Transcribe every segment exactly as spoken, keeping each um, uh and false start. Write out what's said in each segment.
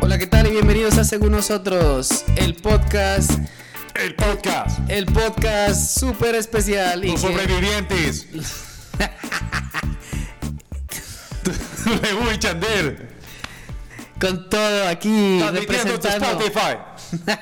Hola, ¿qué tal? Y bienvenidos a Según Nosotros, el podcast. El podcast. El podcast súper especial. Los y que... sobrevivientes. Lebu y Chandel. Con todo aquí. Transmitiendo tu Representando. Spotify.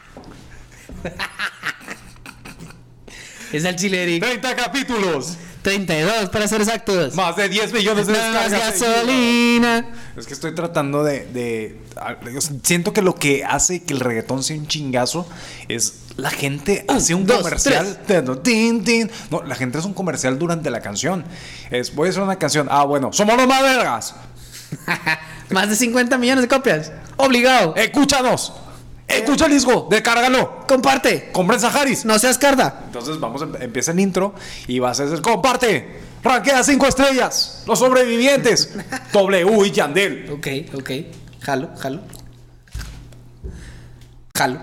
Es el chile, Eric. treinta capítulos. treinta y dos para ser exactos. Más de diez millones de Más descargas. gasolina. Es que estoy tratando de, de, de- Siento que lo que hace que el reggaetón sea un chingazo es la gente Un, hace un dos, comercial. de- tin, tin. No, la gente hace un comercial durante la canción. Es, voy a hacer una canción. Ah, bueno, somos los más vergas. Más de cincuenta millones de copias. Obligado. Escúchanos. Escucha el disco, descárgalo. Comparte. Compren Saharis. No seas carda. Entonces vamos, a- empieza el intro y vas a hacer comparte, rankea cinco estrellas, los sobrevivientes, W y Yandel. Ok, ok. Jalo, jalo. Jalo.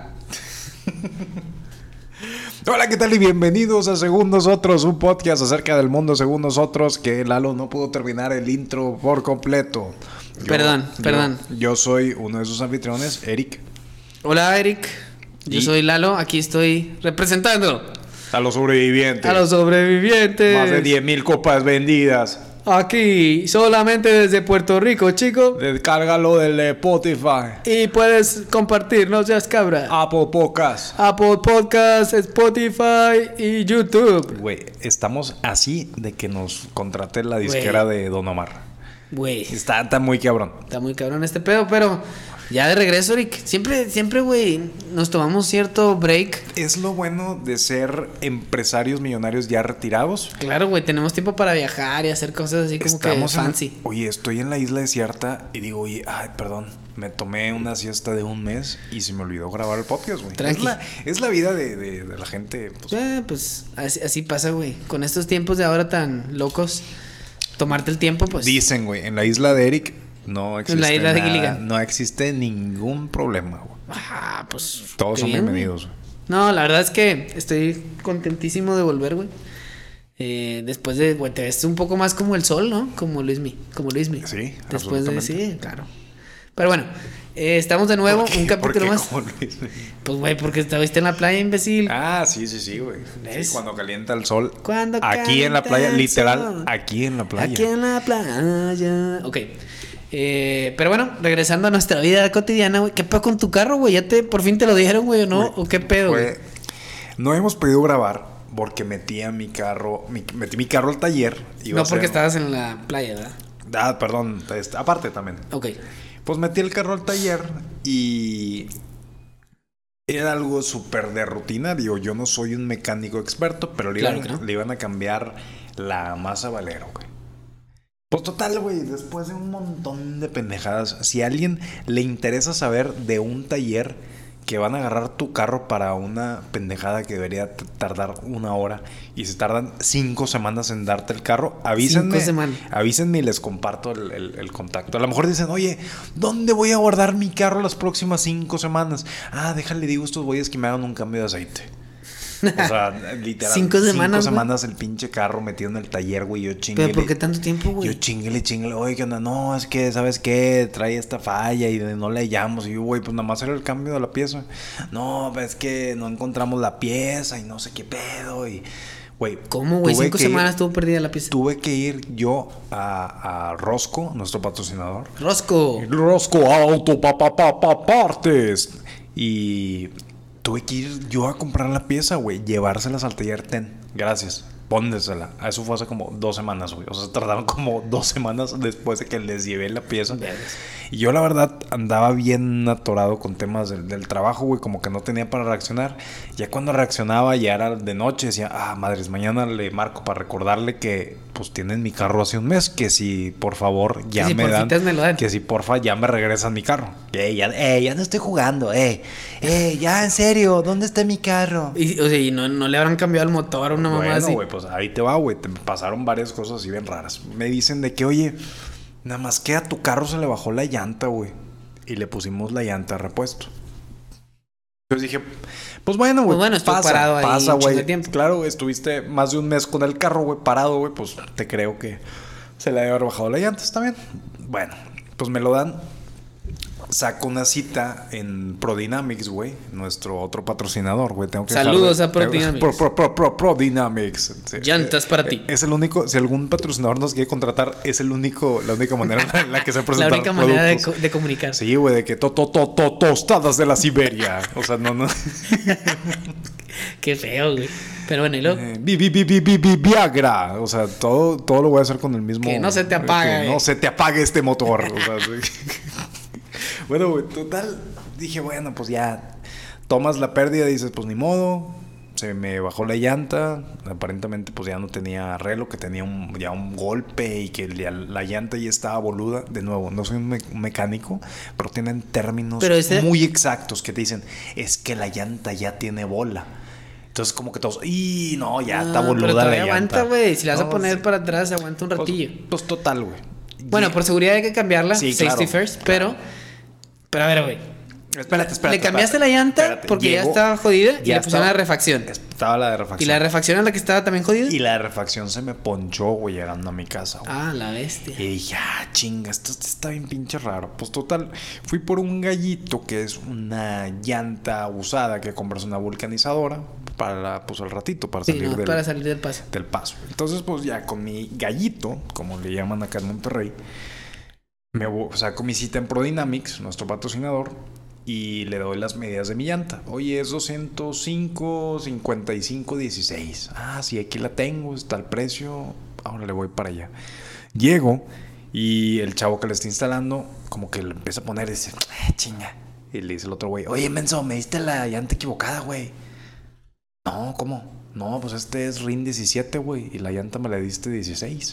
Hola, ¿qué tal? Y bienvenidos a Según Nosotros, un podcast acerca del mundo según nosotros, que Lalo no pudo terminar el intro por completo. Yo- Perdón, yo- perdón. Yo soy uno de sus anfitriones, Eric. Hola, Eric. Yo Y- soy Lalo. Aquí estoy representando A los sobrevivientes. a los sobrevivientes. Más de diez mil copas vendidas. Aquí, solamente desde Puerto Rico, chico. Descárgalo del Spotify, Y puedes compartir, no seas cabra. Apple Podcasts. Apple Podcasts, Spotify y YouTube. Güey, estamos así de que nos contrate la disquera de Don Omar. Güey, Está, está muy cabrón. está muy cabrón este pedo, pero ya de regreso, Eric. Siempre, siempre, güey, nos tomamos cierto break. Es lo bueno de ser empresarios millonarios ya retirados. Claro, güey, tenemos tiempo para viajar y hacer cosas así como Estamos que en- fancy. Oye, estoy en la isla desierta y digo, oye, ay, perdón, me tomé una siesta de un mes y se me olvidó grabar el podcast, güey. Tranqui. Es la, es la vida de, de- de la gente. Pues, Eh, pues así, así pasa, güey. Con estos tiempos de ahora tan locos, tomarte el tiempo, pues. dicen, güey, en la isla de Eric no existe En la isla de nada, Gilligan. no existe ningún problema, güey. Ah, pues. Todos qué son bien, bienvenidos. güey. No, la verdad es que estoy contentísimo de volver, güey. Eh, después de, güey, te ves un poco más como el sol, ¿no? Como Luismi, como Luismi. Sí, Después de, absolutamente. sí, claro. Pero bueno, eh, estamos de nuevo, ¿Por qué? un capítulo ¿Por qué? más. ¿Cómo Luis? Pues, güey, porque estuviste en la playa, imbécil. Ah, sí, sí, sí, güey. ¿Ves? Sí, cuando calienta el sol. Cuando Aquí en la calienta playa, el literal, sol. aquí en la playa. Aquí en la playa. Ok. Eh, pero bueno, regresando a nuestra vida cotidiana, güey. ¿Qué pedo con tu carro, güey? ¿Ya te, por fin te lo dijeron, güey, o no? Güey, ¿O qué pedo, güey? Fue- no hemos podido grabar porque metí a mi carro, mi- metí mi carro al taller. Iba No a porque ser- estabas en la playa, ¿verdad? Ah, perdón, este, aparte también. Ok. Pues metí el carro al taller y era algo súper de rutina. Digo, yo no soy un mecánico experto, pero le, Claro iban, que no. le iban a cambiar la masa valero, güey. Pues total, güey, después de un montón de pendejadas, si a alguien le interesa saber de un taller que van a agarrar tu carro para una pendejada que debería t- tardar una hora y se tardan cinco semanas en darte el carro, avísenme. Cinco semanas. Avísenme y les comparto el, el- el contacto. A lo mejor dicen, oye, ¿dónde voy a guardar mi carro las próximas cinco semanas? Ah, déjale, digo a estos güeyes que me hagan un cambio de aceite. O sea, literal. Cinco semanas, Cinco güey. semanas el pinche carro metido en el taller, güey. Yo chinguele. ¿Pero por qué tanto tiempo, güey? Yo chinguele, chinguele. Oye, ¿qué onda? No, es que, ¿sabes qué? Trae esta falla y no le hallamos. Y yo, güey, pues nada más era el cambio de la pieza. No, es que no encontramos la pieza y no sé qué pedo. Y, güey. ¿Cómo, güey? tuve Cinco que ir- semanas estuvo perdida la pieza. Tuve que ir yo a, a Rosco, nuestro patrocinador. Rosco. Rosco Auto pa, pa, pa, pa, Partes. Y tuve que ir yo a comprar la pieza, güey. Llevárselas al taller. Ten, gracias. Póndesela. Eso fue hace como dos semanas, güey. O sea, tardaron como dos semanas después de que les llevé la pieza. Vergas. Y yo, la verdad, andaba bien atorado con temas del, del trabajo, güey. Como que no tenía para reaccionar. Ya cuando reaccionaba, ya era de noche. Decía, ah, madres, mañana le marco para recordarle que, pues, tienen mi carro hace un mes. Que si, por favor, ya si me dan. porfitas me lo dan. Que si, porfa, ya me regresan mi carro. Eh, ya, eh, ya no estoy jugando, eh. Eh, ya, en serio, ¿dónde está mi carro? Y, o sea, y no, no le habrán cambiado el motor a una mamá Bueno, así. güey, pues ahí te va, güey. Te pasaron varias cosas así bien raras. Me dicen de que, oye, nada más que a tu carro se le bajó la llanta, güey. Y le pusimos la llanta a repuesto. Entonces dije, pues bueno, güey. Pues bueno, estuvo pasa, parado ahí pasa, un chingo güey. de tiempo. Claro, estuviste más de un mes con el carro, güey, parado, güey. Pues te creo que se le debe haber bajado la llanta, está bien. Bueno, pues me lo dan. saco una cita en Prodynamics, güey. Nuestro otro patrocinador, güey. Tengo que Saludos dejarle, a Prodynamics. Pro, pro, pro, pro, Prodynamics. Llantas para ti. Es el único, si algún patrocinador nos quiere contratar, es el único, la única manera en la que se presentan La única manera de, productos. co- de comunicar. Sí, güey, de que to, to, to, to, tostadas de la Siberia. O sea, no, no. Qué feo, güey. Pero bueno, y luego. Eh, vi, vi, vi, vi, vi, vi- Viagra. O sea, todo, todo lo voy a hacer con el mismo. Que no se te apague. Que no se te apague este motor. O sea, sí. Bueno, güey, total. Dije, bueno, pues ya. Tomas la pérdida y dices, pues ni modo. Se me bajó la llanta. Aparentemente, pues ya no tenía arreglo, que tenía un, ya un golpe y que ya la llanta ya estaba boluda. De nuevo, no soy un, me- un mecánico, pero tienen términos Pero ese- muy exactos que te dicen, es que la llanta ya tiene bola. Entonces, como que todos, ¡y no! Ya está Ah, boluda pero la todavía llanta. aguanta, güey. Si la vas a No, poner sí. para atrás, aguanta un Pues- ratillo. Pues, total, güey. Bueno, por seguridad hay que cambiarla. Sí, Safety claro, first. claro. Pero. Pero a ver, güey. Espérate, espérate. Le cambiaste espérate. la llanta Espérate. porque ya Llegó- estaba jodida y ya le pusieron estaba- la refacción. Estaba la de refacción. ¿Y la refacción era la que estaba también jodida? Y la de refacción se me ponchó, güey, llegando a mi casa, güey. Ah, la bestia. Y dije, ah, chinga, esto está bien pinche raro. Pues total, fui por un gallito que es una llanta usada que compras una vulcanizadora para, la, pues, al ratito, para Sí, salir no, del, para salir del paso. del paso. Entonces, pues ya con mi gallito, como le llaman acá en Monterrey, me vo- saco mi cita en Prodynamics, nuestro patrocinador, y le doy las medidas de mi llanta. Oye, es doscientos cinco, cincuenta y cinco, dieciséis. Ah, sí, aquí la tengo, está el precio. Ahora le voy para allá. Llego y el chavo que le está instalando, como que le empieza a poner y dice, ah, chinga. Y le dice el otro güey, oye, menso, me diste la llanta equivocada, güey. No, ¿cómo? No, pues este es R I N diecisiete, güey, y la llanta me la diste dieciséis.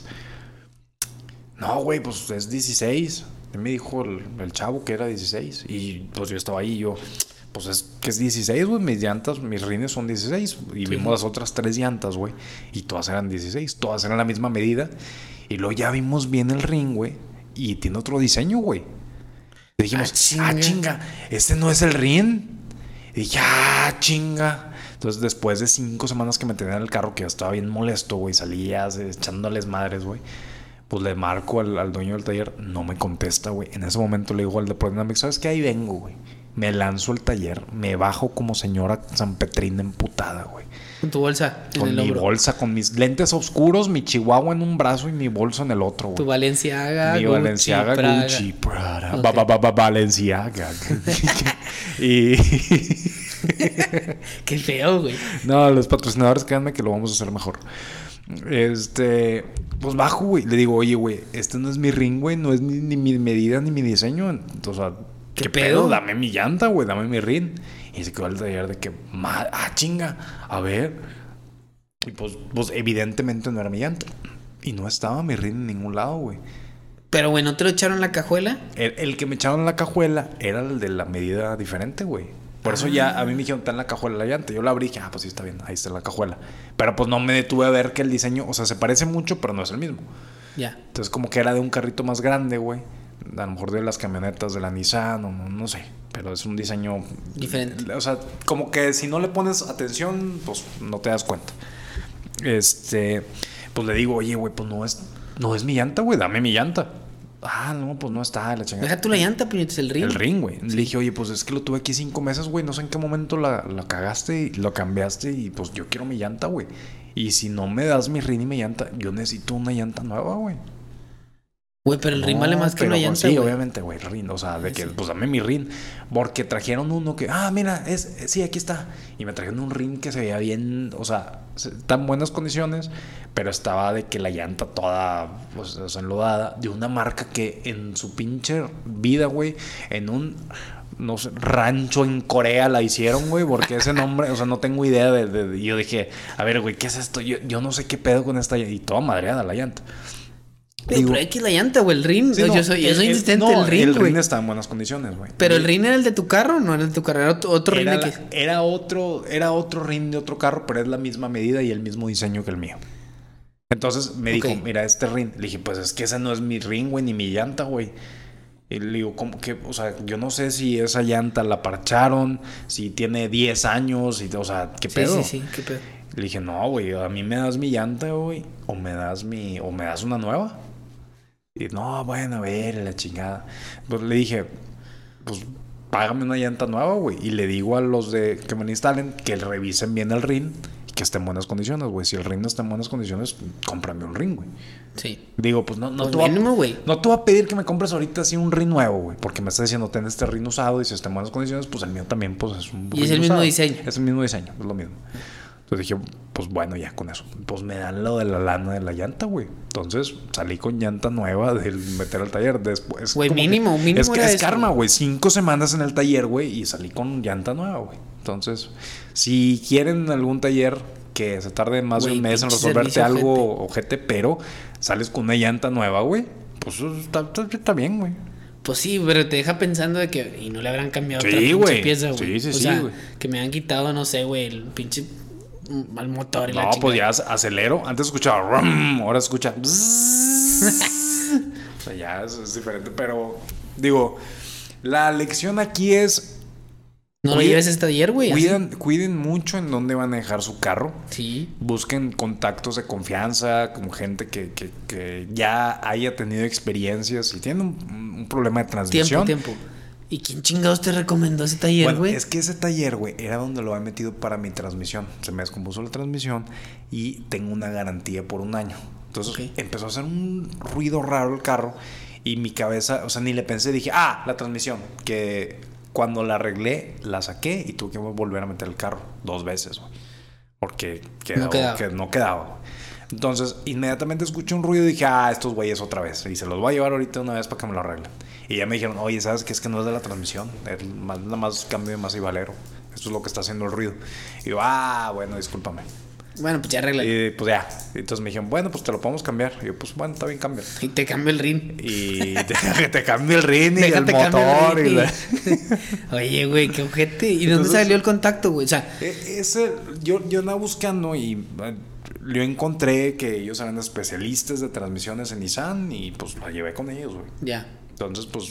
No, güey, pues es dieciséis. Y me dijo el, el chavo que era dieciséis. Y pues yo estaba ahí y yo, pues es que es dieciséis, güey. Mis llantas, mis rines son dieciséis. Y Sí. vimos las otras tres llantas, güey. Y todas eran dieciséis. Todas eran la misma medida. Y luego ya vimos bien el ring, güey. Y tiene otro diseño, güey. Y dijimos, Ah, chinga. ah, chinga, este no es el ring. Y dije, ah, chinga. Entonces, después de cinco semanas que me tenía en el carro, que ya estaba bien molesto, güey, salía echándoles madres, güey. Pues le marco al, al dueño del taller, no me contesta, güey. En ese momento le digo al de Prodynamics, ¿sabes qué? Ahí vengo, güey. Me lanzo al taller, me bajo como señora sanpetrina emputada, güey. Con tu bolsa en Con el mi hombro. bolsa, con mis lentes oscuros, mi chihuahua en un brazo y mi bolso en el otro, güey. Tu Valenciaga, Mi Gucci, Valenciaga, Prada. Gucci, Prada, Ok. ba, ba, ba, ba, Valenciaga. Y Qué feo, güey. no, los patrocinadores, créanme que lo vamos a hacer mejor. Este, pues bajo, güey. Le digo, oye, güey, este no es mi ring, güey. No es ni, ni mi medida ni mi diseño. Entonces, o sea, ¿Qué ¿qué, pedo? pedo? Dame mi llanta, güey. Dame mi ring. Y se quedó al taller de que, ma- ah, chinga. A ver. Y pues, pues, evidentemente no era mi llanta. Y no estaba mi ring en ningún lado, güey. Pero, güey, ¿no te lo echaron en la cajuela? El, el que me echaron en la cajuela era el de la medida diferente, güey. Por eso Ah. ya a mí me dijeron, está en la cajuela la llanta. Yo la abrí y dije, ah, pues sí, está bien, ahí está la cajuela. Pero pues no me detuve a ver que el diseño, o sea, se parece mucho, pero no es el mismo. Ya. Entonces como que era de un carrito más grande, güey. A lo mejor de las camionetas de la Nissan, o no, no sé. Pero es un diseño Diferente. O sea, como que si no le pones atención, pues no te das cuenta. Este, pues le digo, oye, güey, pues no es, no es mi llanta, güey, dame mi llanta. Ah, no, pues no está, la chingada. Deja tú la llanta, puñetes, el ring. El ring, güey. Le dije, oye, pues es que lo tuve aquí cinco meses, güey. No sé en qué momento la, la cagaste y lo cambiaste. Y pues yo quiero mi llanta, güey. Y si no me das mi ring y mi llanta, yo necesito una llanta nueva, güey. Güey, pero el ring vale más que pero, una pues, llanta, sí, güey. obviamente, güey, el ring. O sea, de Sí, que, sí. pues dame mi ring. Porque trajeron uno que, ah, mira, es, sí, aquí está. Y me trajeron un ring que se veía bien, o sea, está en buenas condiciones, pero estaba de que la llanta toda, pues, o sea, enlodada, de una marca que en su pinche vida, güey, en un, no sé, rancho en Corea la hicieron, güey, porque ese nombre, o sea, no tengo idea de, de- de- yo dije, a ver, güey, ¿qué es esto? Yo, yo no sé qué pedo con esta llanta. Y toda madreada la llanta. Güey, Digo- pero hay que la llanta, güey, el ring. Sí, yo no, soy, yo el- soy el- insistente no, el ring, el güey. ring está en buenas condiciones, güey. Pero el Y- ring era el de tu carro, no era el de tu carro, era otro, otro ring era, de la- que. era otro era otro ring de otro carro, pero es la misma medida y el mismo diseño que el mío. Entonces me Ok. dijo, mira, este ring. Le dije, pues es que ese no es mi ring, güey, ni mi llanta, güey. Y le digo, ¿cómo que? O sea, yo no sé si esa llanta la parcharon, si tiene diez años, y, o sea, ¿qué Sí, pedo? sí, sí, qué pedo. Le dije, no, güey, a mí me das mi llanta, güey, o me das mi, o me das una nueva. Y no, bueno, a ver, la chingada. Pues le dije, pues págame una llanta nueva, güey. Y le digo a los de que me la instalen que revisen bien el rin y que esté en buenas condiciones, güey. Si el rin no está en buenas condiciones, cómprame un rin, güey. Sí. Digo, pues no, no, Pues te voy mínimo, a, güey. no te voy a pedir que me compres ahorita así un rin nuevo, güey. Porque me estás diciendo, ten este rin usado y si está en buenas condiciones, pues el mío también, pues es un Y rin es el usado. mismo diseño. Es el mismo diseño, es lo mismo. Entonces dije, pues bueno, ya con eso. Pues me dan lo de la lana de la llanta, güey. Entonces salí con llanta nueva del meter al taller. Después. Güey, mínimo, que, mínimo. Es que era es eso, karma, güey. Cinco semanas en el taller, güey. Y salí con llanta nueva, güey. Entonces, si quieren algún taller que se tarde más Güey, de un mes en pinche resolverte servicio algo, ojete, pero sales con una llanta nueva, güey. Pues está, está, está bien, güey. Pues sí, pero te deja pensando de que. Y no le habrán cambiado Sí, otra pinche güey. pieza, güey. Sí, sí, o sí, sea, güey. que me han quitado, no sé, güey, el pinche. Al motor y la No, chingada. pues ya acelero. Antes escuchaba rum, ahora escucha. O sea, ya es, es diferente. Pero, digo, la lección aquí es. No lo cuiden- lleves a este taller, güey. así. Cuiden, cuiden mucho en dónde van a dejar su carro. Sí. Busquen contactos de confianza, como gente que, que, que ya haya tenido experiencias. Si tienen un, un problema de transmisión. Tiempo, tiempo. ¿Y quién chingados te recomendó ese taller, Bueno, güey? es que ese taller, güey, era donde lo había metido para mi transmisión. Se me descompuso la transmisión y tengo una garantía por un año. Entonces Ok. empezó a hacer un ruido raro el carro y mi cabeza, o sea, ni le pensé, dije, ah, la transmisión. Que cuando la arreglé, la saqué y tuve que volver a meter el carro dos veces, güey. Porque quedó, No quedaba. que no quedaba, güey. Entonces, inmediatamente escuché un ruido y dije, ah, estos güeyes otra vez. Y se los voy a llevar ahorita una vez para que me lo arreglen. Y ya me dijeron, oye, ¿sabes qué? Es que no es de la transmisión. Es más- nada más cambio de masa y valero. Esto es lo que está haciendo el ruido. Y yo, ah, bueno, discúlpame. Bueno, pues ya arregla. Y, Y pues ya. Entonces me dijeron, bueno, pues te lo podemos cambiar. Y yo, pues bueno, está bien, cambia. te cambio el rin. Y te, te cambio el rin y el Déjate cambio el motor. rin Y y- la- Oye, güey, qué ojete. ¿Y dónde Entonces- salió el contacto, güey? O sea, E- Ese, yo, yo andaba buscando y eh, yo encontré que ellos eran especialistas de transmisiones en Nissan y pues la llevé con ellos, güey. ya. Entonces, pues,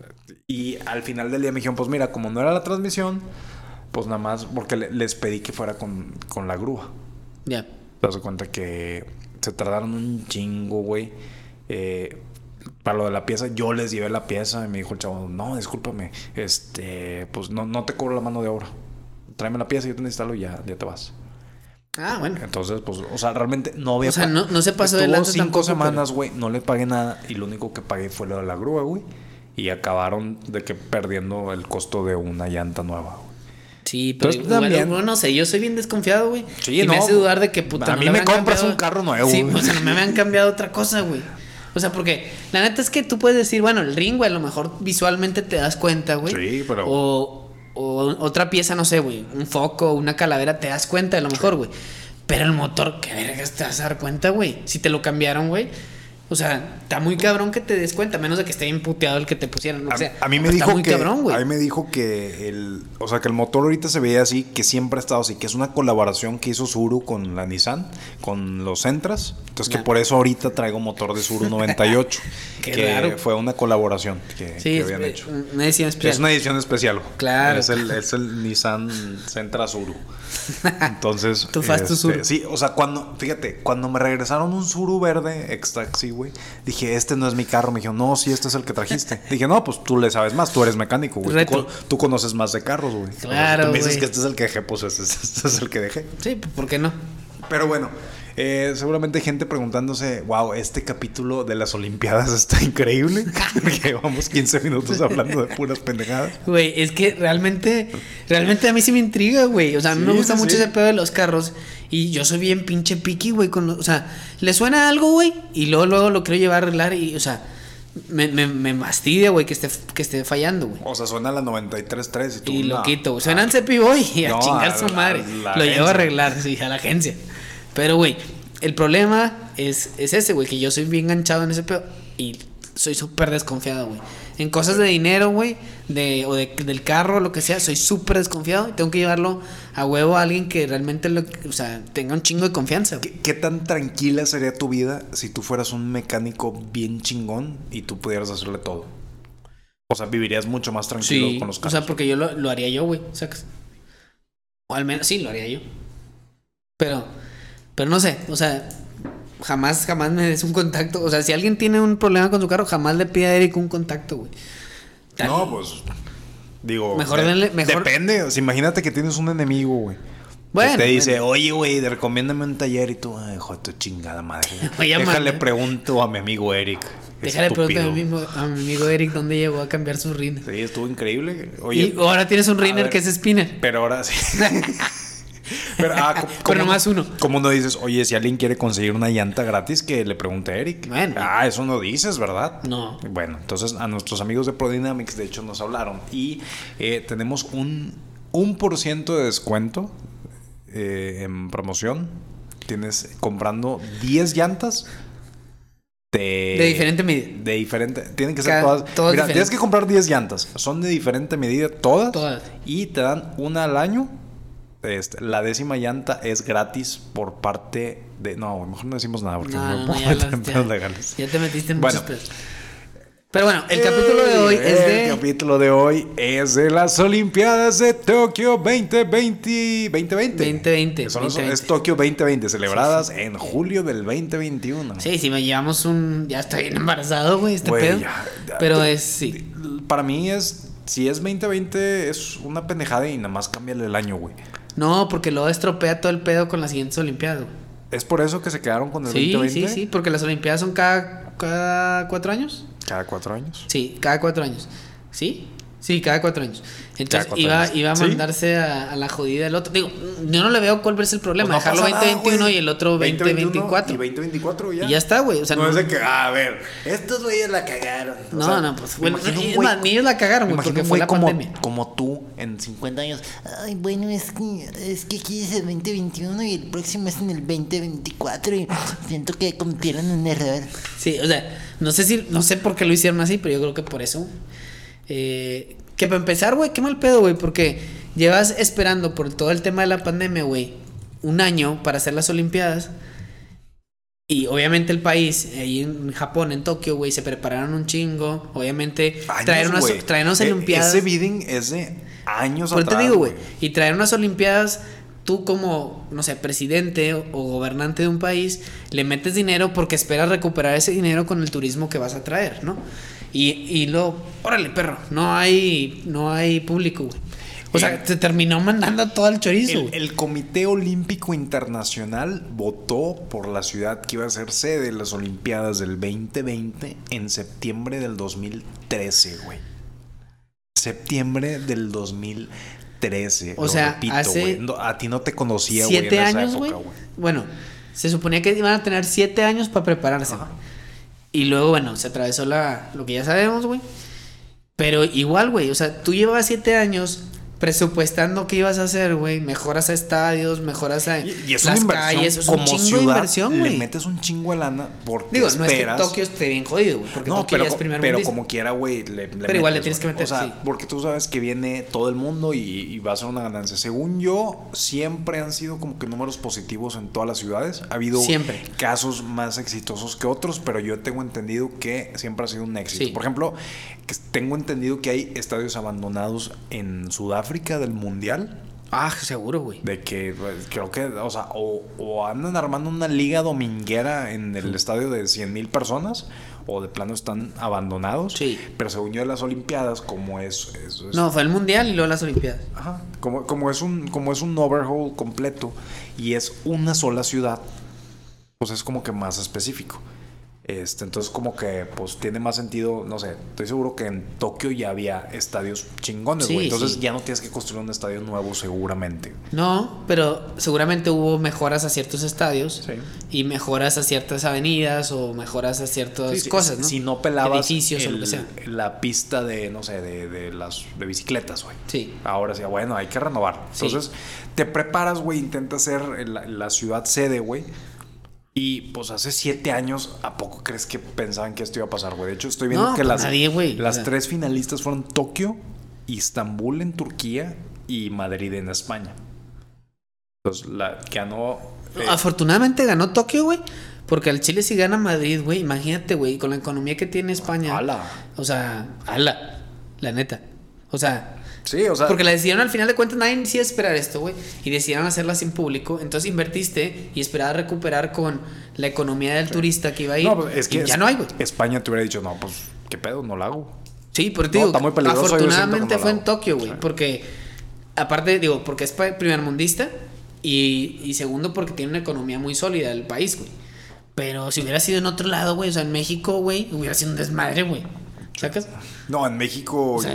y al final del día me dijeron, pues mira, como no era la transmisión, pues nada más, porque le- les pedí que fuera con, con la grúa. Ya. Te das cuenta que se tardaron un chingo, güey. Eh, para lo de la pieza, yo les llevé la pieza y me dijo el chavo, no, discúlpame, este, pues no, no te cobro la mano de obra. Tráeme la pieza, yo te instalo y ya, ya te vas. Ah, bueno. Entonces, pues, o sea, realmente no había... O sea, pa- no- no se pasó de Estuvo lanza cinco tampoco, semanas, güey, no le pagué nada y lo único que pagué fue lo de la grúa, güey. Y acabaron de que perdiendo el costo de una llanta nueva, güey. Sí, pero Entonces, igual, también- bueno, no sé, yo soy bien desconfiado, güey. Sí, y me no, hace dudar de que puta. a no mí le me habrán compras cambiado- un carro nuevo, Sí, güey. o sea, no me habían cambiado otra cosa, güey. O sea, porque la neta es que tú puedes decir, bueno, el ring, güey, a lo mejor visualmente te das cuenta, güey. Sí, pero- O, o otra pieza, no sé, güey, un foco, una calavera, te das cuenta a lo mejor, güey. Pero el motor, ¿qué vergas te vas a dar cuenta, güey? Si te lo cambiaron, güey. O sea, está muy cabrón que te des cuenta, a menos de que esté bien puteado el que te pusieron. O A, sea, a mí me está dijo muy que cabrón, güey. a mí me dijo que el, o sea, que el motor ahorita se veía así, que siempre ha estado así, que es una colaboración que hizo Tsuru con la Nissan, con los Sentras. Entonces Ya. que por eso ahorita traigo motor de Tsuru noventa y ocho, Qué que raro. fue una colaboración que, Sí, que es, habían eh, hecho. una edición especial. Es una edición especial. güey. Claro. Es el, es el Nissan Sentra Tsuru. Entonces. Tu fast to este, Tsuru. Sí, o sea, cuando, fíjate, cuando me regresaron un Tsuru verde ex-taxi, güey, dije, este no es mi carro. Me dijeron, no, sí, este es el que trajiste. Dije, no, pues tú le sabes más, tú eres mecánico, güey. Tú, Reto. con- tú conoces más de carros, güey. O sea, si Claro, tú me dices güey. que este es el que dejé, pues este, es- este es el que dejé. Sí, pues, ¿por qué no? Pero bueno, eh, seguramente hay gente preguntándose, wow, este capítulo de las Olimpiadas está increíble. Porque llevamos quince minutos hablando de puras pendejadas. Güey, es que realmente, realmente a mí sí me intriga, güey. O sea, a mí Sí, me gusta sí, mucho sí. ese pedo de los carros. Y yo soy bien pinche picky, güey. Con lo- o sea, le suena algo, güey. Y luego, luego lo quiero llevar a arreglar. Y, o sea, me, me, me fastidia, güey, que esté, que esté fallando, güey. O sea, suena la noventa y tres tres y tú Y lo no. quito, güey. Suenan Cepi Boy y a No, chingar a su la- madre. la Lo llevo agencia. a arreglar, sí, a la agencia. Pero, güey, el problema es, es ese, güey, que yo soy bien enganchado en ese pedo. Y soy súper desconfiado, güey. En cosas de dinero, güey, de, o de, del carro, lo que sea, soy súper desconfiado. Y tengo que llevarlo a huevo a alguien que realmente, lo, o sea, tenga un chingo de confianza, güey. ¿Qué, qué tan tranquila sería tu vida si tú fueras un mecánico bien chingón y tú pudieras hacerle todo? O sea, vivirías mucho más tranquilo Sí, con los o carros. sea, porque yo lo, lo haría yo, güey, ¿sacas? O al menos, sí, lo haría yo. Pero, pero no sé, o sea, jamás, jamás me des un contacto. O sea, si alguien tiene un problema con su carro, jamás le pida a Eric un contacto, güey. Tal- No, pues Digo, Mejor de- denle- mejor- depende. O sea, imagínate que tienes un enemigo, güey. Bueno, que te dice, bueno. oye, güey, de- recomiéndame un taller y tú, ay, hijo de tu chingada madre. Oye, Déjale man. pregunto a mi amigo Eric. Déjale preguntar a mi, Estúpido. mismo- a mi amigo Eric dónde llegó a cambiar su rinner. Sí, estuvo increíble. Oye, Y ahora tienes un a rinner ver, que es spinner. Pero ahora sí. Pero, ah, co- Pero ¿cómo no- nomás uno. ¿Cómo no dices, oye, si alguien quiere conseguir una llanta gratis, que le pregunte a Eric? Bueno. Ah, eso no dices, ¿verdad? No. Bueno, entonces a nuestros amigos de ProDynamics, de hecho, nos hablaron. Y eh, tenemos un, un por ciento de descuento eh, en promoción. Tienes comprando diez llantas. De, De diferente medida. De diferente. Tienen que ser Cada- todas. todas Mira, diferentes. tienes que comprar diez llantas. Son de diferente medida todas. Todas. Y te dan una al año. Este, la décima llanta es gratis por parte de. No, mejor no decimos nada porque No, me no, pongo no, ya, en las- pedos ya- legales. ya te metiste en Bueno. muchos pedos. Pero bueno, el capítulo de hoy es de... El capítulo de hoy es de las Olimpiadas de Tokio veinte veinte. veinte veinte. veinte veinte, Son los- veinte veinte. Es Tokio veinte veinte, celebradas en julio del veinte veintiuno. Sí, sí, me llevamos un... Ya estoy bien embarazado, güey, este Güey, pedo. ya, ya. Pero es... Sí. Para mí es. Si es veinte veinte, es una pendejada y nada más cámbiale el año, güey. No, porque luego estropea todo el pedo con las siguientes olimpiadas, güey. ¿Es por eso que se quedaron con el Sí, veinte veinte? sí, sí, porque las olimpiadas son cada, cada cuatro años. Cada cuatro años. Sí, cada cuatro años. ¿Sí? Sí, cada cuatro años. Entonces cuatro iba, años. iba a ¿Sí? mandarse a, a la jodida del otro. Digo, yo no le veo cuál es el problema. Pues no dejarlo pasa nada, veinte veintiuno güey. y el otro veinte veinticuatro. Y veinte veinticuatro ya. Y ya está, güey. O sea, no, no, es de que, ah, a ver, estos güeyes la cagaron. O no, sea, no, pues me bueno, imagino un es güey- más, ni ellos la cagaron, me güey, imagino porque un fue güey la como, pandemia. como tú en cincuenta años. Ay, bueno, es que, es que aquí es el veinte veintiuno y el próximo es en el veinte veinticuatro y siento que cometieron un error. Sí, o sea, no sé si, no sé por qué lo hicieron así, pero yo creo que por eso. Eh, que para empezar, güey, qué mal pedo, güey, porque llevas esperando por todo el tema de la pandemia, güey, un año para hacer las Olimpiadas. Y obviamente el país, ahí en Japón, en Tokio, güey, se prepararon un chingo. Obviamente, Años, traer unas, güey. traer unas E- Olimpiadas. Ese bidding es de años Por atrás. te digo, güey. Y traer unas Olimpiadas, tú como, no sé, presidente o, o gobernante de un país, le metes dinero porque esperas recuperar ese dinero con el turismo que vas a traer, ¿no? Y, y luego, órale, perro, no hay, no hay público, güey. O sea, El- se terminó mandando todo el chorizo, El, güey. el Comité Olímpico Internacional votó por la ciudad que iba a ser sede de las Olimpiadas del veinte veinte en septiembre del dos mil trece, güey. Septiembre del dos mil trece. O lo sea, repito, hace güey. No, a ti no te conocía, güey, en Siete esa años, época, güey. Bueno, se suponía que iban a tener siete años para prepararse. Ajá. Y luego, bueno, se atravesó la, lo que ya sabemos, güey. Pero igual, güey, o sea, tú llevabas siete años presupuestando qué ibas a hacer, güey. Mejoras a estadios, mejoras a Y, y es las una inversión. calles. Es Como un chingo ciudad, de inversión, le güey. metes un chingo de lana porque Digo, no es que esperas... Tokio esté bien jodido, güey. Porque No, Tokio pero, ya es primer pero mundista. como quiera, güey. le- le Pero igual le metes, tienes que güey. meter, O sea, sí. porque tú sabes que viene todo el mundo y, y va a ser una ganancia. Según yo, siempre han sido como que números positivos en todas las ciudades. Ha habido Siempre. casos más exitosos que otros, pero yo tengo entendido que siempre ha sido un éxito. Sí. Por ejemplo, que tengo entendido que hay estadios abandonados en Sudáfrica del Mundial. Ah, seguro, güey. De que pues, creo que, o sea, o, o andan armando una liga dominguera en el estadio de cien mil personas, o de plano están abandonados. Sí. Pero según yo, de las Olimpiadas, como es. es- es- No, fue el mundial y luego las Olimpiadas. Ajá. Como, como, es un, como es un overhaul completo y es una sola ciudad, pues es como que más específico. Este, entonces como que pues tiene más sentido, no sé, estoy seguro que en Tokio ya había estadios chingones, Sí, güey. Entonces sí. ya no tienes que construir un estadio nuevo seguramente. No, pero seguramente hubo mejoras a ciertos estadios Sí. y mejoras a ciertas avenidas o mejoras a ciertas Sí, sí, cosas, si- ¿no? Si no pelabas edificios o el- lo que sea. la pista de, no sé, de, de las de bicicletas, güey. Sí. Ahora sí, bueno, hay que renovar. Sí. Entonces, te preparas, güey, intentas ser la, la ciudad sede, güey. Y pues hace siete años, ¿a poco crees que pensaban que esto iba a pasar, güey? De hecho, estoy viendo No, que pues las, nadie, güey. las O sea. tres finalistas fueron Tokio, Istambul en Turquía y Madrid en España. Entonces, la ganó. eh, Afortunadamente ganó Tokio, güey. Porque al Chile si gana Madrid, güey. Imagínate, güey, con la economía que tiene España. ala. O sea, ala. La neta. O sea, Sí, o sea. porque la decidieron al final de cuentas, nadie decía esperar esto, güey. Y decidieron hacerla sin público. Entonces invertiste y esperaba recuperar con la economía del turista que iba a ir. No, pues, es que y ya es- no hay, güey. España te hubiera dicho, no, pues, ¿qué pedo? No la hago. Sí, pero te No, digo, está muy peligroso, yo afortunadamente siento que no fue lo en Tokio, güey, Sí. porque aparte, digo, porque es pa- primermundista y, y segundo porque tiene una economía muy sólida el país, güey. Pero si hubiera sido en otro lado, güey, o sea, en México, güey, hubiera sido un desmadre, güey. ¿Sacas? No, en México. O sea,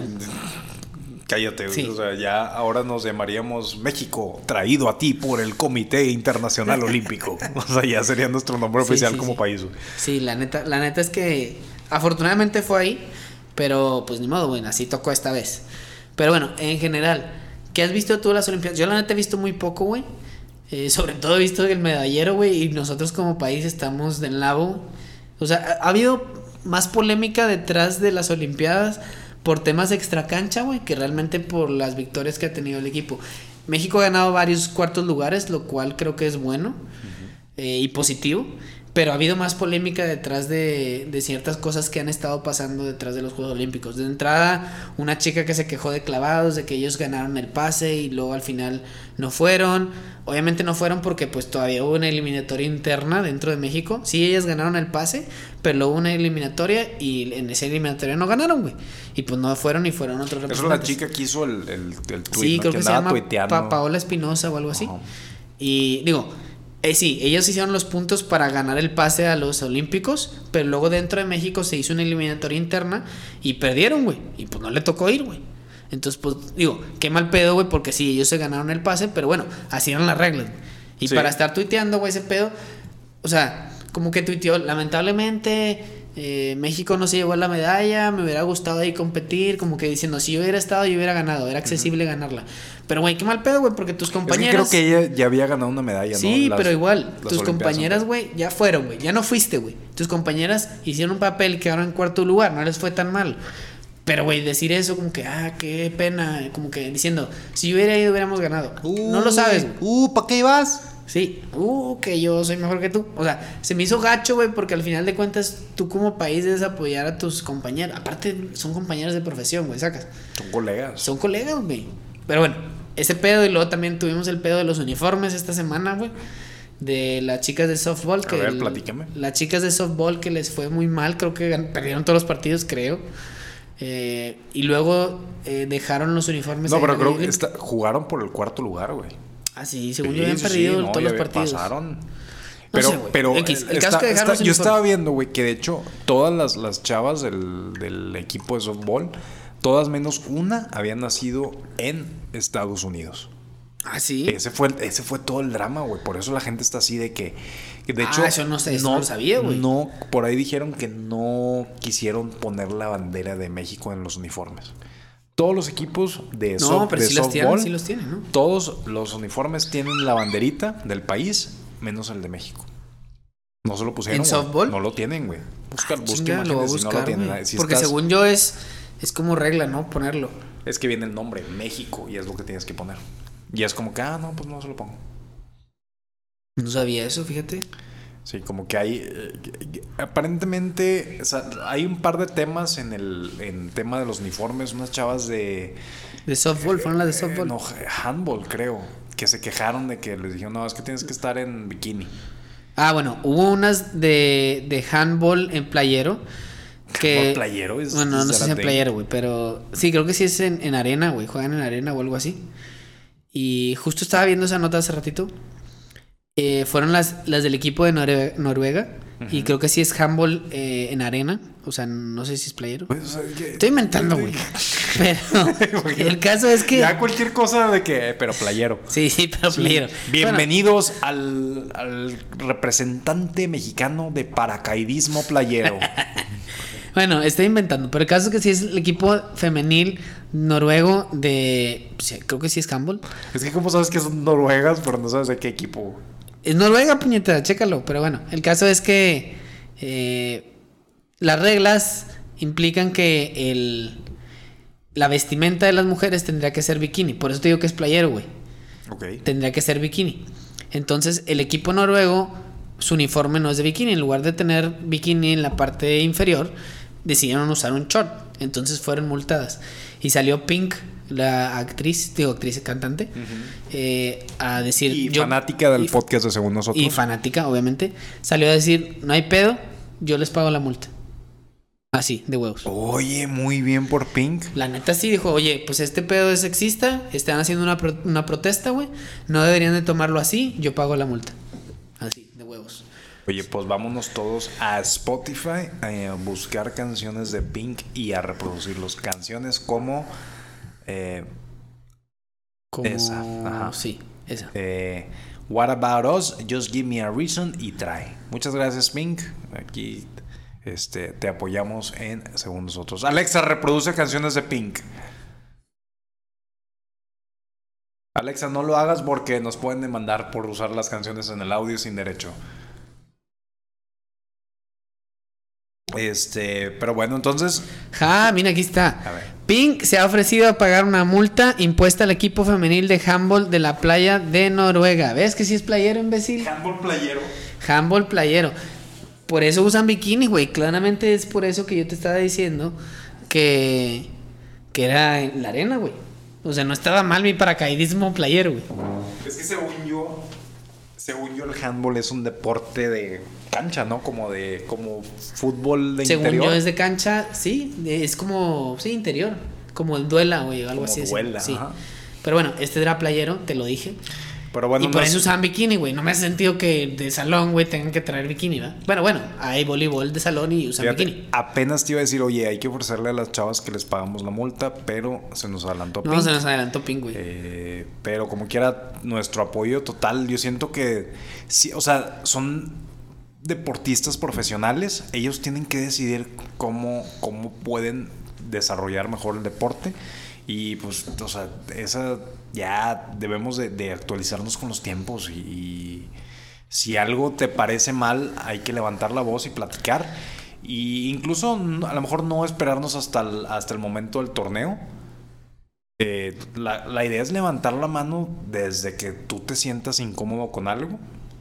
cállate, güey. sí. O sea, ya ahora nos llamaríamos México, traído a ti por el Comité Internacional Olímpico. O sea, ya sería nuestro nombre Sí, oficial sí, como sí. país, güey. Sí, la neta, la neta es que afortunadamente fue ahí, pero pues ni modo, güey, así tocó esta vez. Pero bueno, en general, ¿qué has visto tú de las Olimpiadas? Yo la neta he visto muy poco, güey. Eh, sobre todo he visto el medallero, güey, y nosotros como país estamos del lado. O sea, ha, ha habido más polémica detrás de las Olimpiadas por temas extracancha, güey, que realmente por las victorias que ha tenido el equipo. México ha ganado varios cuartos lugares, lo cual creo que es bueno eh, y positivo. Pero ha habido más polémica detrás de, de ciertas cosas que han estado pasando detrás de los Juegos Olímpicos. De entrada, una chica que se quejó de clavados, de que ellos ganaron el pase y luego al final no fueron. Obviamente no fueron porque pues todavía hubo una eliminatoria interna dentro de México. Sí, ellas ganaron el pase, pero luego hubo una eliminatoria y en esa eliminatoria no ganaron, güey. Y pues no fueron y fueron otros Esa es la representantes. chica que hizo el, el, el tweet, Sí, ¿no? creo que, se llama tuiteando. Pa- Paola Espinosa o algo así. Ajá. Y digo, eh, sí, ellos hicieron los puntos para ganar el pase a los Olímpicos, pero luego dentro de México se hizo una eliminatoria interna y perdieron, güey. Y pues no le tocó ir, güey. Entonces, pues digo, qué mal pedo, güey, porque sí, ellos se ganaron el pase, pero bueno, así eran las reglas, güey. Y Sí. para estar tuiteando, güey, ese pedo, o sea, como que tuiteó, lamentablemente eh, México no se llevó la medalla, me hubiera gustado ahí competir, como que diciendo, si yo hubiera estado, yo hubiera ganado, era accesible uh-huh. ganarla. Pero, güey, qué mal pedo, güey, porque tus compañeras... Es que creo que ella ya había ganado una medalla, ¿no? Sí, Las, pero igual, tus compañeras, son... güey, ya fueron, güey, ya no fuiste, güey. Tus compañeras hicieron un papel y quedaron en cuarto lugar, no les fue tan mal. Pero, güey, decir eso como que, ah, qué pena, como que diciendo, si yo hubiera ido hubiéramos ganado. Uh, no lo sabes, güey. Uh, ¿para qué ibas? Sí, uh, que yo soy mejor que tú. O sea, se me hizo gacho, güey, porque al final de cuentas tú como país debes apoyar a tus compañeros. Aparte, son compañeros de profesión, güey, sacas. Son colegas. Son colegas, güey. Pero bueno, ese pedo y luego también tuvimos el pedo de los uniformes esta semana, güey. De las chicas de softball. A que ver, el, platícame. Las chicas de softball que les fue muy mal, creo que gan- perdieron todos los partidos, creo. Eh, y luego eh, dejaron los uniformes. No, ahí pero en la creo que liga. está, jugaron por el cuarto lugar, güey. Ah, sí, según Sí, yo habían sí, perdido sí, no, todos los ya partidos. Pasaron. Pero, sé, güey. pero X, el está- caso que dejaron está- los yo uniformes. estaba viendo, güey, que de hecho todas las, las chavas del, del equipo de softball, todas menos una, habían nacido en Estados Unidos. Ah, sí. Ese fue, ese fue todo el drama, güey. Por eso la gente está así de que, que de Ah, hecho, eso no sé, eso no lo sabía, güey. No, por ahí dijeron que no quisieron poner la bandera de México en los uniformes. Todos los equipos de, No, soft, pero de sí los softball, tienen, sí los tienen, ¿no? todos los uniformes tienen la banderita del país, menos el de México. No se lo pusieron. ¿En güey. softball? No lo tienen, güey. Busca, Ah, busca chinga, lo voy a imágenes si no buscar, lo tienen. güey. Si Porque estás- según yo es, es como regla, ¿no? Ponerlo. Es que viene el nombre, México, y es lo que tienes que poner. Y es como que, ah, no, pues no se lo pongo. No sabía eso, fíjate. Sí, como que hay eh, aparentemente, o sea, hay un par de temas en el en tema de los uniformes, unas chavas de De softball, fueron las de eh, softball. no, handball, creo, que se quejaron de que les dijeron, "No, es que tienes que estar en bikini." Ah, bueno, hubo unas de, de handball en playero. Que, ¿Handball playero? Es, bueno, no es sé si en de- playero, güey, pero sí, creo que sí es en, en arena, güey. Juegan en arena o algo así. Y justo estaba viendo esa nota hace ratito. Eh, fueron las, las del equipo de Norue- Noruega. Uh-huh. Y creo que sí es handball eh, en arena. O sea, no sé si es playero. Pues, o sea, que- Estoy inventando, güey. Pero el caso es que. Ya cualquier cosa de que, pero playero. Sí, sí, pero Sí. playero. Bienvenidos al, al representante mexicano de paracaidismo playero. Bueno, estoy inventando, pero el caso es que sí es el equipo femenil noruego de... Sí, creo que sí es handball. Es que como sabes que son noruegas, pero no sabes de qué equipo. Es Noruega, puñeta, chécalo. Pero bueno, el caso es que eh, las reglas implican que el, la vestimenta de las mujeres tendría que ser bikini. Por eso te digo que es playero, güey. Ok. Tendría que ser bikini. Entonces, el equipo noruego, su uniforme no es de bikini. En lugar de tener bikini en la parte inferior, decidieron usar un short. Entonces fueron multadas. Y salió Pink, la actriz, digo, actriz y cantante, uh-huh. eh, a decir... Y yo, fanática del y, podcast de Según Nosotros. Y fanática, obviamente. Salió a decir, no hay pedo, yo les pago la multa. Así, de huevos. Oye, muy bien por Pink. La neta sí dijo, oye, pues este pedo es sexista, están haciendo una, pro- una protesta, güey. No deberían de tomarlo así, yo pago la multa. Así, de huevos. Oye, pues vámonos todos a Spotify a buscar canciones de Pink y a reproducirlos. Canciones como... Eh, Como... Esa, ajá. Sí, esa. eh, What About Us, Just Give Me a Reason y Try. Muchas gracias, Pink. Aquí este, te apoyamos en según nosotros. Alexa, reproduce canciones de Pink. Alexa, no lo hagas porque nos pueden demandar por usar las canciones en el audio sin derecho. Este, pero bueno, entonces. Ja, mira, aquí está. A ver. Pink se ha ofrecido a pagar una multa impuesta al equipo femenil de handball de la playa de Noruega. ¿Ves que sí es playero, imbécil? Handball playero. Handball playero. Por eso usan bikini, güey. Claramente es por eso que yo te estaba diciendo que, que era en la arena, güey. O sea, no estaba mal mi paracaidismo playero, güey. Es que según yo, según yo el handball es un deporte de cancha, ¿no? Como de como fútbol de Según interior. yo es de cancha, sí, es como, sí, interior, como el duela, güey, o algo Como así. duela, sí. ajá. Pero bueno, este era playero, te lo dije. Pero bueno, y por no eso es- usaban bikini, güey. No me hace sentido que de salón, güey, tengan que traer bikini, ¿verdad? Bueno, bueno, hay voleibol de salón y usan Fíjate, bikini. apenas te iba a decir, oye, hay que ofrecerle a las chavas que les pagamos la multa, pero se nos adelantó No, Pink. se nos adelantó Pink, güey. Eh, pero como quiera, nuestro apoyo total, yo siento que sí, o sea, son deportistas profesionales, ellos tienen que decidir cómo, cómo pueden desarrollar mejor el deporte y pues, o sea, esa ya debemos de, de actualizarnos con los tiempos y, y si algo te parece mal, hay que levantar la voz y platicar y incluso a lo mejor no esperarnos hasta el, hasta el momento del torneo. Eh, la, la idea es levantar la mano desde que tú te sientas incómodo con algo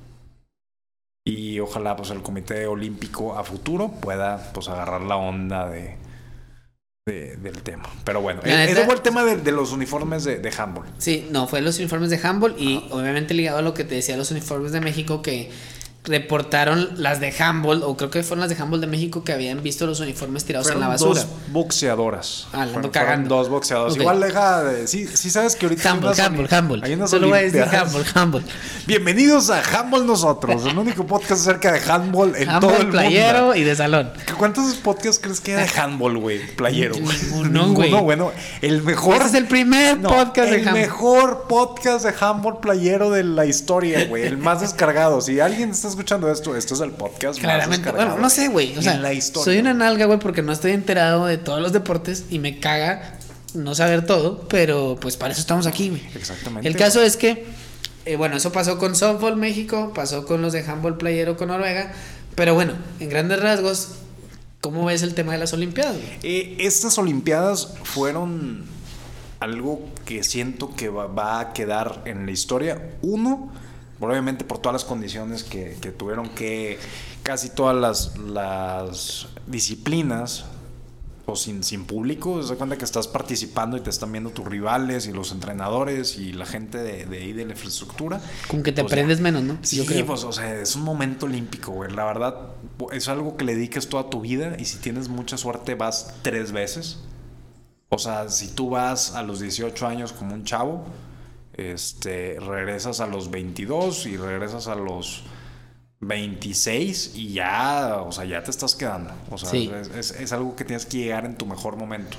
y ojalá pues el Comité Olímpico a futuro pueda pues agarrar la onda de, de- del tema. Pero bueno, La eh, neta- ese fue el tema de, de los uniformes de, de handball. Sí, no, fue los uniformes de handball y obviamente ligado a lo que te decía los uniformes de México que reportaron las de handball, o creo que fueron las de handball de México que habían visto los uniformes tirados en la basura. Dos boxeadoras. Ah, la ando Fueron- cagando. fueron dos boxeadores. Ok. Igual deja de, sí, sí sabes que ahorita hay Handball, unas handball, oli- handball. hay unas Solo voy a decir olimpiadas. handball, handball. Bienvenidos a Handball Nosotros, el único podcast acerca de handball en Handball todo el playero mundo. y de salón. ¿Cuántos podcasts crees que hay de handball, güey? Playero. güey? Ninguno, güey. Bueno, el mejor. Este es el primer No, podcast de el handball. mejor podcast de handball playero de la historia, güey. El más descargado. Si alguien está escuchando esto, esto es el podcast más Claramente, descargado. bueno, no sé, güey. O sea, en la historia. soy una nalga, güey, porque no estoy enterado de todos los deportes y me caga no saber todo, pero pues para eso estamos aquí, güey. Exactamente. El caso es que, eh, bueno, eso pasó con Softball México, pasó con los de handball playero con Noruega, pero bueno, en grandes rasgos, ¿cómo ves el tema de las Olimpiadas, güey? Eh, estas Olimpiadas fueron algo que siento que va, va a quedar en la historia. Uno, probablemente por todas las condiciones que, que tuvieron que casi todas las, las disciplinas o sin, sin público, se da cuenta que estás participando y te están viendo tus rivales y los entrenadores y la gente de, de ahí de la infraestructura. Como que te Pues aprendes ya. menos, ¿no? Sí, Yo creo. pues, o sea, es un momento olímpico, güey. La verdad, es algo que le dediques toda tu vida y si tienes mucha suerte vas tres veces. O sea, si tú vas a los dieciocho años como un chavo, este, regresas a los veintidós y regresas a los veintiséis y ya, o sea, ya te estás quedando. O sea, Sí. es, es, es algo que tienes que llegar en tu mejor momento.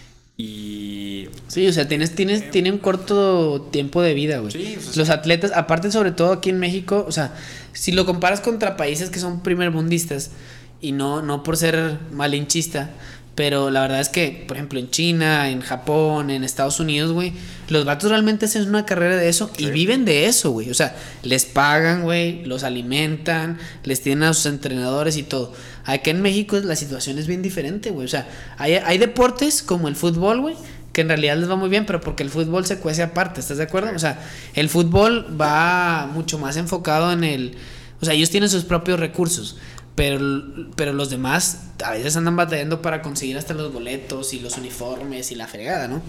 Y Sí, o sea, tienes, tienes, tiene un corto tiempo de vida, güey. Sí, pues, Los atletas, aparte sobre todo aquí en México, o sea, si lo comparas contra países que son primermundistas, y no, no por ser malinchista, pero la verdad es que, por ejemplo, en China, en Japón, en Estados Unidos, güey, los vatos realmente hacen una carrera de eso y Sí. viven de eso, güey. O sea, les pagan, güey, los alimentan, les tienen a sus entrenadores y todo. Acá en México la situación es bien diferente, güey. O sea, hay, hay deportes como el fútbol, güey, que en realidad les va muy bien, pero porque el fútbol se cuece aparte, ¿estás de acuerdo? O sea, el fútbol va mucho más enfocado en el... O sea, ellos tienen sus propios recursos, pero, pero los demás a veces andan batallando para conseguir hasta los boletos y los uniformes y la fregada, ¿no?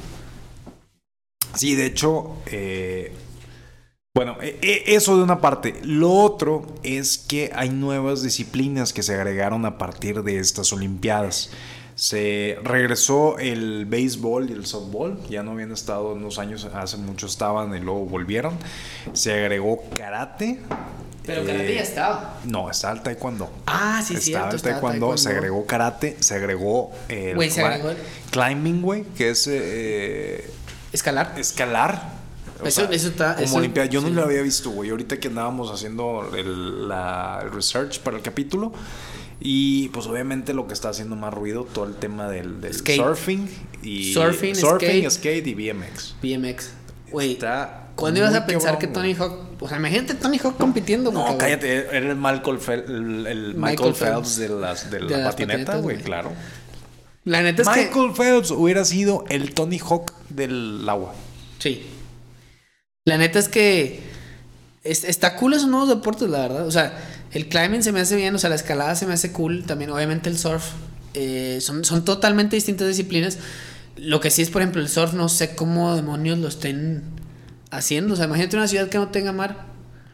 sí, de hecho, eh, bueno, e- e- eso de una parte. Lo otro es que hay nuevas disciplinas que se agregaron a partir de estas Olimpiadas. Se regresó el béisbol y el softball. Ya no habían estado unos años, hace mucho estaban y luego volvieron. Se agregó karate. Pero eh, karate ya estaba. No, estaba el taekwondo. Ah, sí, estaba cierto. el Estaba taekwondo, taekwondo. se agregó karate, se agregó el Güey, se cli- agregó el- climbing, güey, que es eh, Escalar. escalar. O Eso- eso está- Como eso- olimpiada. Yo sí. no lo había visto, güey. Ahorita que andábamos haciendo el, la el research para el capítulo. Y pues obviamente lo que está haciendo más ruido, todo el tema del, del Skate. surfing y Surfing, surfing skate. skate y B M X. B M X. Güey, Está ¿cuándo ibas muy a pensar cabrón, que Tony güey. Hawk... O sea, imagínate Tony Hawk compitiendo. No, cabrón. cállate, era el Michael, Fel- el, el Michael, Michael Phelps, Phelps de, las, de la de las patineta, patinetas, güey, güey. claro. La neta es que... Michael Phelps hubiera sido el Tony Hawk del agua. Sí. La neta es que es- está cool esos nuevos deportes, la verdad. O sea, el climbing se me hace bien, o sea, la escalada se me hace cool. También, obviamente, el surf. Eh, son, son totalmente distintas disciplinas. Lo que sí es, por ejemplo, el surf, no sé cómo demonios lo estén haciendo. O sea, imagínate una ciudad que no tenga mar.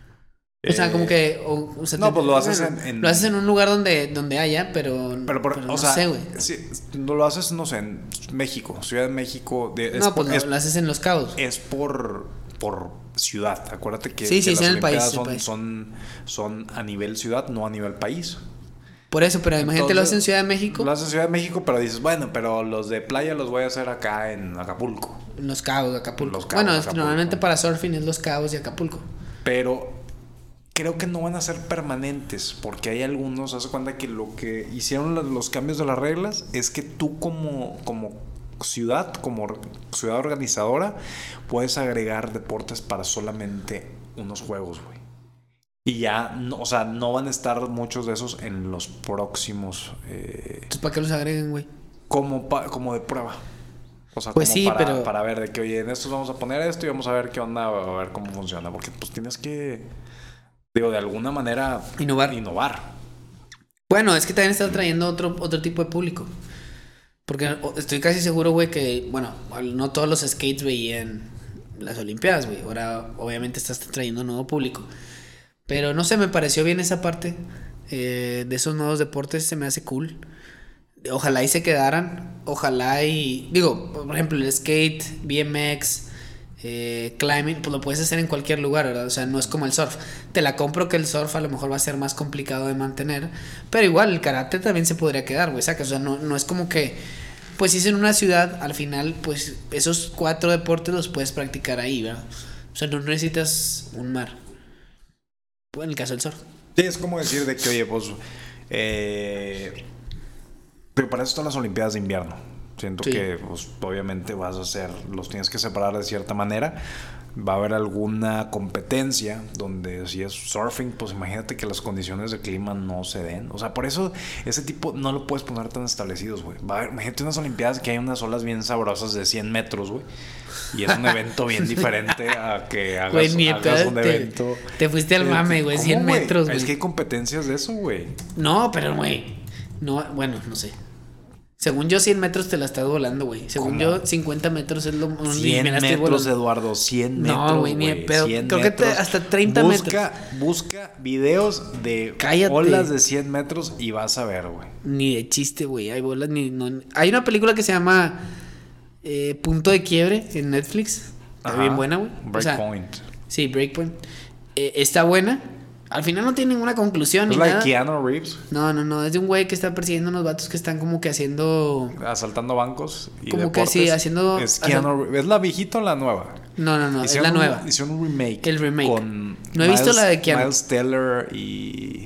O sea, Eh, como que. O, o sea, no, te- pues lo haces bueno, en- en- Lo haces en un lugar donde, donde haya, pero. Pero, por, pero o no sea, sé, güey. sí, no lo haces, no sé, en México, Ciudad de México. De, es No, por- pues es, lo, lo haces en Los Cabos. es por, por ciudad. Acuérdate que, Sí, que sí, las sí, en el país, Olimpiadas en el son, país. son, son a nivel ciudad, no a nivel país. Por eso, pero imagínate lo Entonces, haces en Ciudad de México. Lo haces en Ciudad de México, pero dices, bueno, pero los de playa los voy a hacer acá en Acapulco. En Los Cabos, Acapulco. Los Cabos, bueno, es que Acapulco. normalmente para surfing es Los Cabos y Acapulco. Pero creo que no van a ser permanentes, porque hay algunos, haz de cuenta que lo que hicieron los, los cambios de las reglas es que tú como, como ciudad, como or- ciudad organizadora, puedes agregar deportes para solamente unos juegos, güey. Y ya, no, o sea, no van a estar muchos de esos en los próximos, eh, Entonces, ¿para qué los agreguen, güey? como, pa- como de prueba. O sea, Pues como sí, para, pero- para ver de que, oye, en estos vamos a poner esto y vamos a ver qué onda, a ver cómo funciona. Porque pues tienes que, digo, de alguna manera Innovar. innovar. Bueno, es que también está trayendo otro, otro tipo de público. Porque o- estoy casi seguro, güey, que, bueno, no todos los skates veían las Olimpiadas, güey. Ahora, obviamente, estás trayendo nuevo público. Pero no sé, me pareció bien esa parte eh, de esos nuevos deportes, se me hace cool. Ojalá y se quedaran. Ojalá y. Digo, por ejemplo, el skate, B M X, eh, climbing, pues lo puedes hacer en cualquier lugar, ¿verdad? O sea, no es como el surf. Te la compro que el surf a lo mejor va a ser más complicado de mantener. Pero igual, el karate también se podría quedar, güey. ¿Sacas? O sea, no, no es como que. Pues si es en una ciudad, al final, pues esos cuatro deportes los puedes practicar ahí, ¿verdad? O sea, no necesitas un mar. Pues en el caso del surf. Sí, es como decir de que, oye, pues, eh, pero para eso están las Olimpiadas de invierno. Siento Sí. que, pues, obviamente vas a hacer, los tienes que separar de cierta manera. Va a haber alguna competencia donde si es surfing, pues imagínate que las condiciones de clima no se den. O sea, por eso ese tipo no lo puedes poner tan establecidos, güey. Va a haber, imagínate unas Olimpiadas que hay unas olas bien sabrosas de cien metros, güey. Y es un evento bien diferente a que hagas, Güey, ni hagas pedo, un te- evento. te fuiste al Eh, mame, güey, ¿cómo, cien metros, güey. Es que hay competencias de eso, güey. No, pero, güey. No, bueno, no sé. Según yo, cien metros te la estás volando, güey. Según ¿Cómo? yo, cincuenta metros es lo ni cien me la estoy metros, volando. Eduardo, cien metros. No, güey, ni de pedo. cien Creo que te- metros. hasta treinta busca, Busca videos de Cállate. olas de cien metros y vas a ver, güey. Ni de chiste, güey. Hay bolas, ni. No, hay una película que se llama eh, Punto de Quiebre en Netflix. Está Ajá. bien buena, güey. O sea, Breakpoint. sí, Breakpoint. Eh, está buena. Al final no tiene ninguna conclusión ¿Es ni la de nada. Keanu Reeves No, no, no. Es de un güey que está persiguiendo unos vatos que están como que haciendo. asaltando bancos y Como que deportes? sí, haciendo- Es Keanu Reeves. ¿Es la viejita o la nueva? No, no, no. Hicieron es la un- nueva. Hicieron un remake. El remake. Con No he visto la de Keanu. Miles Teller y...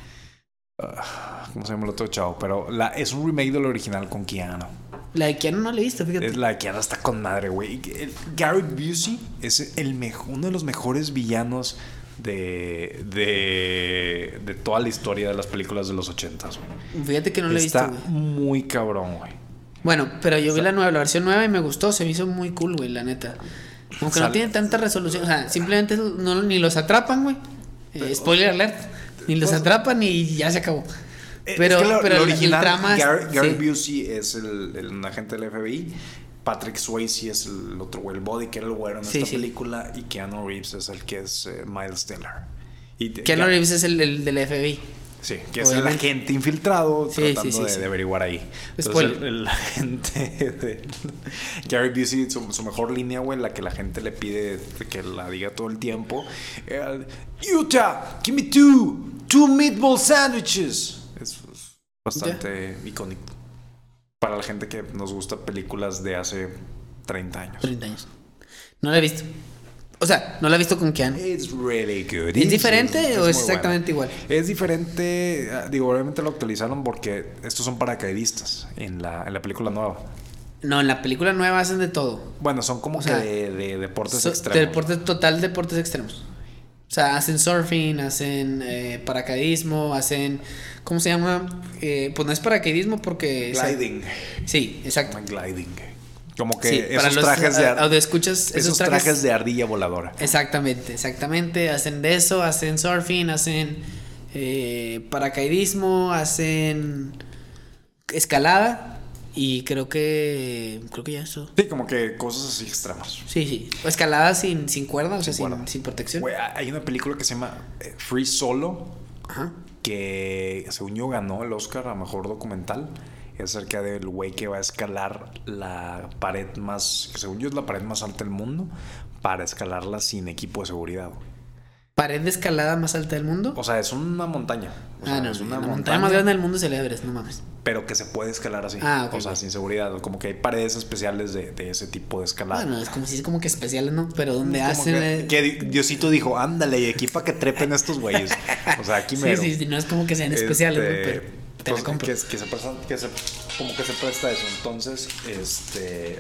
ah, ¿cómo se llama el otro chavo? Pero la, es un remake del original con Keanu. La de Keanu no la he visto, fíjate. Es la de Keanu, está con madre, güey. El- Gary Busey es el mejo- uno de los mejores villanos de, de, de toda la historia de las películas de los ochentas, güey. Fíjate que no la he Está visto, güey. muy cabrón, güey. Bueno, pero yo vi la nueva, la versión nueva y me gustó, se me hizo muy cool, güey, la neta. Aunque no Sale- tiene tanta resolución, o sea, simplemente no, ni los atrapan, güey. Eh, spoiler alert, ni los Pues- atrapan y ya se acabó. Eh, Pero, es que lo- pero lo el- el original, trama es- Gary, Gary sí. Busey es el, el- un agente del F B I. Patrick Swayze es el otro güey, el body que era el güero en Sí, esta sí. película. Y Keanu Reeves es el que es eh, Miles Teller. Y te- Keanu ya- Reeves es el, el del F B I. Sí, que es el agente infiltrado sí, tratando sí, sí, de, sí. de averiguar ahí. Entonces, el, el agente de Gary Busey, su, su mejor línea, güey, la que la gente le pide que la diga todo el tiempo. Eh, Utah, give me two, two meatball sandwiches. Es bastante yeah. icónico. Para la gente que nos gusta películas de hace treinta años. treinta años. No la he visto. O sea, no la he visto con Keanu. It's really good. ¿Es diferente es, o es es exactamente buena. igual? Es diferente. Digo, obviamente lo actualizaron porque estos son paracaidistas en la, en la película nueva. No, en la película nueva hacen de todo. Bueno, son como o que sea, de, de deportes so, extremos. De deportes, total deportes extremos. O sea, hacen surfing, hacen eh, paracaidismo, hacen... ¿Cómo se llama? Eh, pues no es paracaidismo porque... Gliding. O sea, sí, exacto. Gliding. Como que sí, esos los, trajes de ar- escuchas, esos, esos trajes, trajes de ardilla voladora. Exactamente, exactamente. Hacen de eso, hacen surfing, hacen eh, paracaidismo, hacen escalada y creo que creo que ya eso. Sí, como que cosas así extremas. Sí, sí. O escalada sin, sin cuerda, o sin sea, cuerda. Sin, sin protección. Güey, hay una película que se llama Free Solo. Ajá. Que según yo ganó el Oscar a mejor documental. Es acerca del güey que va a escalar la pared más, que según yo es la pared más alta del mundo, para escalarla sin equipo de seguridad. ¿Pared de escalada más alta del mundo? O sea, es una montaña. O sea, ah, no, es una la montaña, montaña más grande del mundo es el Everest, no mames. Pero que se puede escalar así. Ah, okay, o sea, okay. sin seguridad. Como que hay paredes especiales de, de ese tipo de escalada. Bueno, es como si es como que especiales, ¿no? Pero donde como hacen... Que, el... que Diosito dijo, ándale, y equipa que trepen estos güeyes. O sea, aquí mero. Sí, sí, sí, no es como que sean especiales, este... ¿no? Pero... Te pues, la compro. Que, que, se presta, que se como que se presta eso. Entonces, este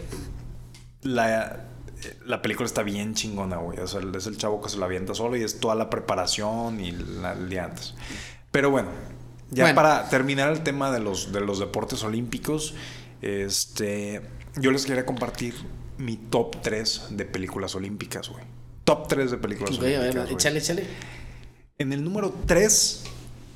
la, la película está bien chingona, güey. O sea, es el chavo que se la avienta solo y es toda la preparación y la, el día antes. Pero bueno, ya bueno. Para terminar el tema de los, de los deportes olímpicos, este yo les quería compartir mi top tres de películas olímpicas, güey. Top tres de películas okay, olímpicas. A ver, échale, échale. En el número tres,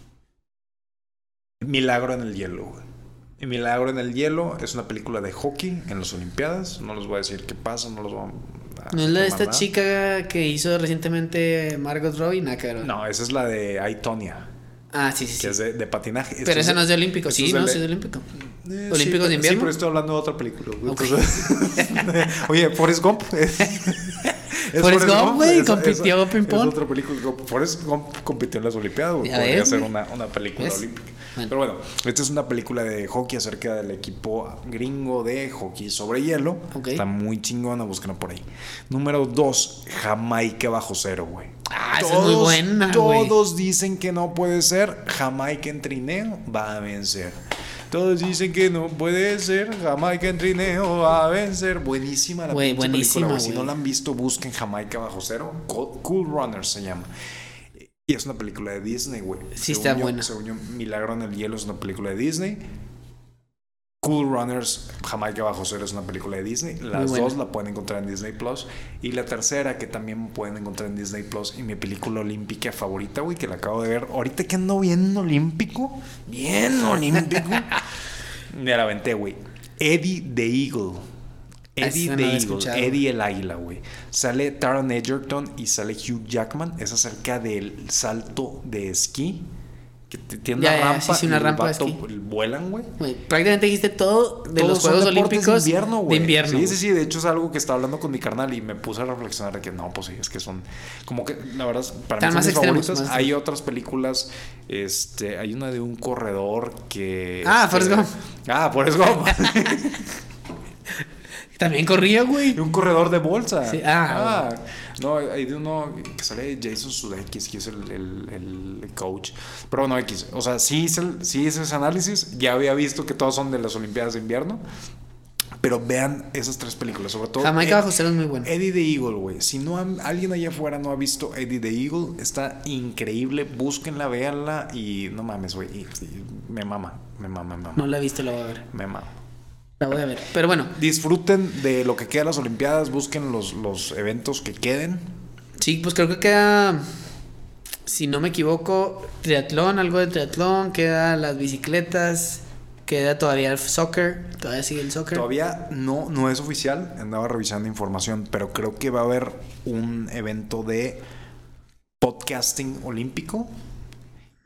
Milagro en el hielo, güey. Milagro en el hielo es una película de hockey en las Olimpiadas. No les voy a decir qué pasa, no los voy a... ¿No es la de esta nada. chica que hizo recientemente Margot Robbie? Nada, no, esa es la de I, Tonya. Ah, sí, sí, sí. Que es de, de patinaje. Pero esto esa es no es de olímpico. Sí, no, de... sí es de olímpico. Eh, ¿Olímpicos sí, de invierno? Sí, pero estoy hablando de otra película. Okay. Entonces, oye, Forrest Gump. Es, es Forrest Gump, güey, compitió ping-pong. Es otra película. Forrest Gump compitió en las Olimpiadas. Podría ves, ser una, una película ¿ves? olímpica. Bueno. Pero bueno, esta es una película de hockey acerca del equipo gringo de hockey sobre hielo. Okay. Está muy chingona, búsquenla por ahí. Número dos, Jamaica bajo cero, güey. Ah, esa es muy buena, Todos wey. dicen que no puede ser. Jamaica en trineo va a vencer. Todos dicen que no puede ser. Jamaica en trineo va a vencer. Buenísima la wey, buenísima, película. Si no la han visto, busquen Jamaica bajo cero. Cool Runners se llama. Y es una película de Disney, güey. Sí, según está yo, buena. Según yo, Milagro en el hielo es una película de Disney. Cool Runners, Jamaica bajo cero es una película de Disney. Las dos la pueden encontrar en Disney Plus. Y la tercera que también pueden encontrar en Disney Plus. Y mi película olímpica favorita, güey, que la acabo de ver ahorita que ando bien olímpico. Bien olímpico. Me la aventé, güey. Eddie the Eagle. Eddie the Eagle. Eddie el águila, güey. Sale Taron Egerton y sale Hugh Jackman. Es acerca del salto de esquí. Que tiene ya, una ya, rampa sí, sí, una y rampa el vato, de esquí. Vuelan, güey. Prácticamente dijiste todo de Todos los Juegos Olímpicos de invierno, güey. De invierno. Sí, sí, sí. De hecho, es algo que estaba hablando con mi carnal y me puse a reflexionar de que no, pues sí, es que son como que, la verdad, para mí son mis favoritas. Hay extremos. Otras películas, este, hay una de un corredor que... Ah, este, Forrest Gump. Ah, Forrest Gump. También corría, güey. Un corredor de bolsa. Sí. Ah, ah no, hay de uno que sale Jason Sudeikis, que es el, el, el coach. Pero bueno, X. O sea, sí hice, el, sí hice ese análisis. Ya había visto que todos son de las Olimpiadas de invierno. Pero vean esas tres películas, sobre todo. Jamaica bajo cero es muy bueno. Eddie the Eagle, güey. Si no han, alguien allá afuera no ha visto Eddie the Eagle, está increíble. Búsquenla, véanla y no mames, güey. Me mama, me mama, me mama. No la he visto, la voy a ver. Me mama. La voy a ver. Pero bueno. Disfruten de lo que queda de las Olimpiadas. Busquen los, los eventos que queden. Sí, pues creo que queda, si no me equivoco, triatlón, algo de triatlón. Queda las bicicletas. Queda todavía el soccer. Todavía sigue el soccer. Todavía no, no es oficial. Andaba revisando información. Pero creo que va a haber un evento de podcasting olímpico.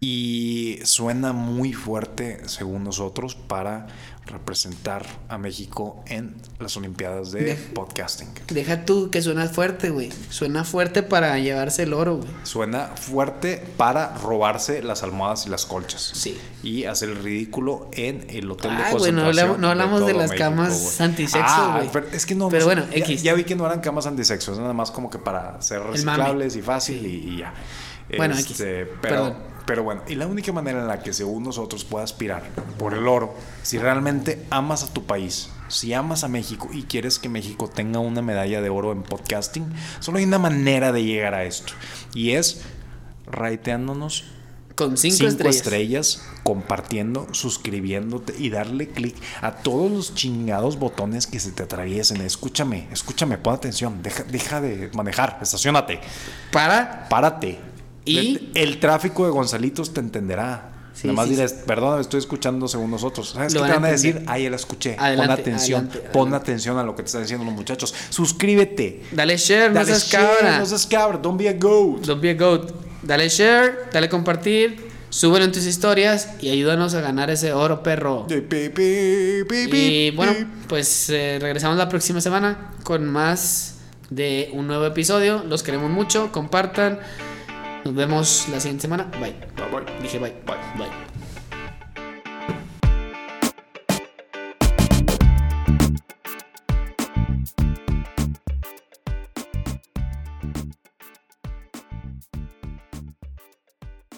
Y suena muy fuerte, según nosotros, para representar a México en las Olimpiadas de, de podcasting. Deja tú que suena fuerte, güey. Suena fuerte para llevarse el oro, güey. Suena fuerte para robarse las almohadas y las colchas. Sí. Y hacer el ridículo en el hotel ah, de concentración. Bueno, no hablamos, no hablamos de, de las México, camas güey. antisexo, güey. Ah, pero es que no. Pero no, bueno, ya, X. Ya vi que no eran camas antisexo, es nada más como que para ser reciclables y fácil sí. y, y ya. Bueno, este, X. Pero, Perdón. Pero bueno, y la única manera en la que según nosotros puedas aspirar por el oro, si realmente amas a tu país, si amas a México y quieres que México tenga una medalla de oro en podcasting, solo hay una manera de llegar a esto. Y es rateándonos con cinco, cinco estrellas. estrellas, compartiendo, suscribiéndote y darle clic a todos los chingados botones que se te atraviesen. Escúchame, escúchame, pon atención, deja, deja de manejar, estaciónate. Para. Párate. Y el, el tráfico de Gonzalitos te entenderá. Sí, Nada más sí, dirás, sí. perdón, estoy escuchando según nosotros. ¿Sabes lo qué te van a decir? Ah, ya la escuché. Adelante, pon atención, adelante, pon adelante. atención a lo que te están diciendo los muchachos. Suscríbete. Dale share, dale no seas share, cabra. No seas cabra, don't be a goat. Don't be a goat. Dale share, dale compartir, súbelo en tus historias y ayúdanos a ganar ese oro, perro. Y bueno, pues eh, regresamos la próxima semana con más de un nuevo episodio. Los queremos mucho, compartan. Nos vemos la siguiente semana. Bye. Bye bye. Dije bye. Bye. Bye.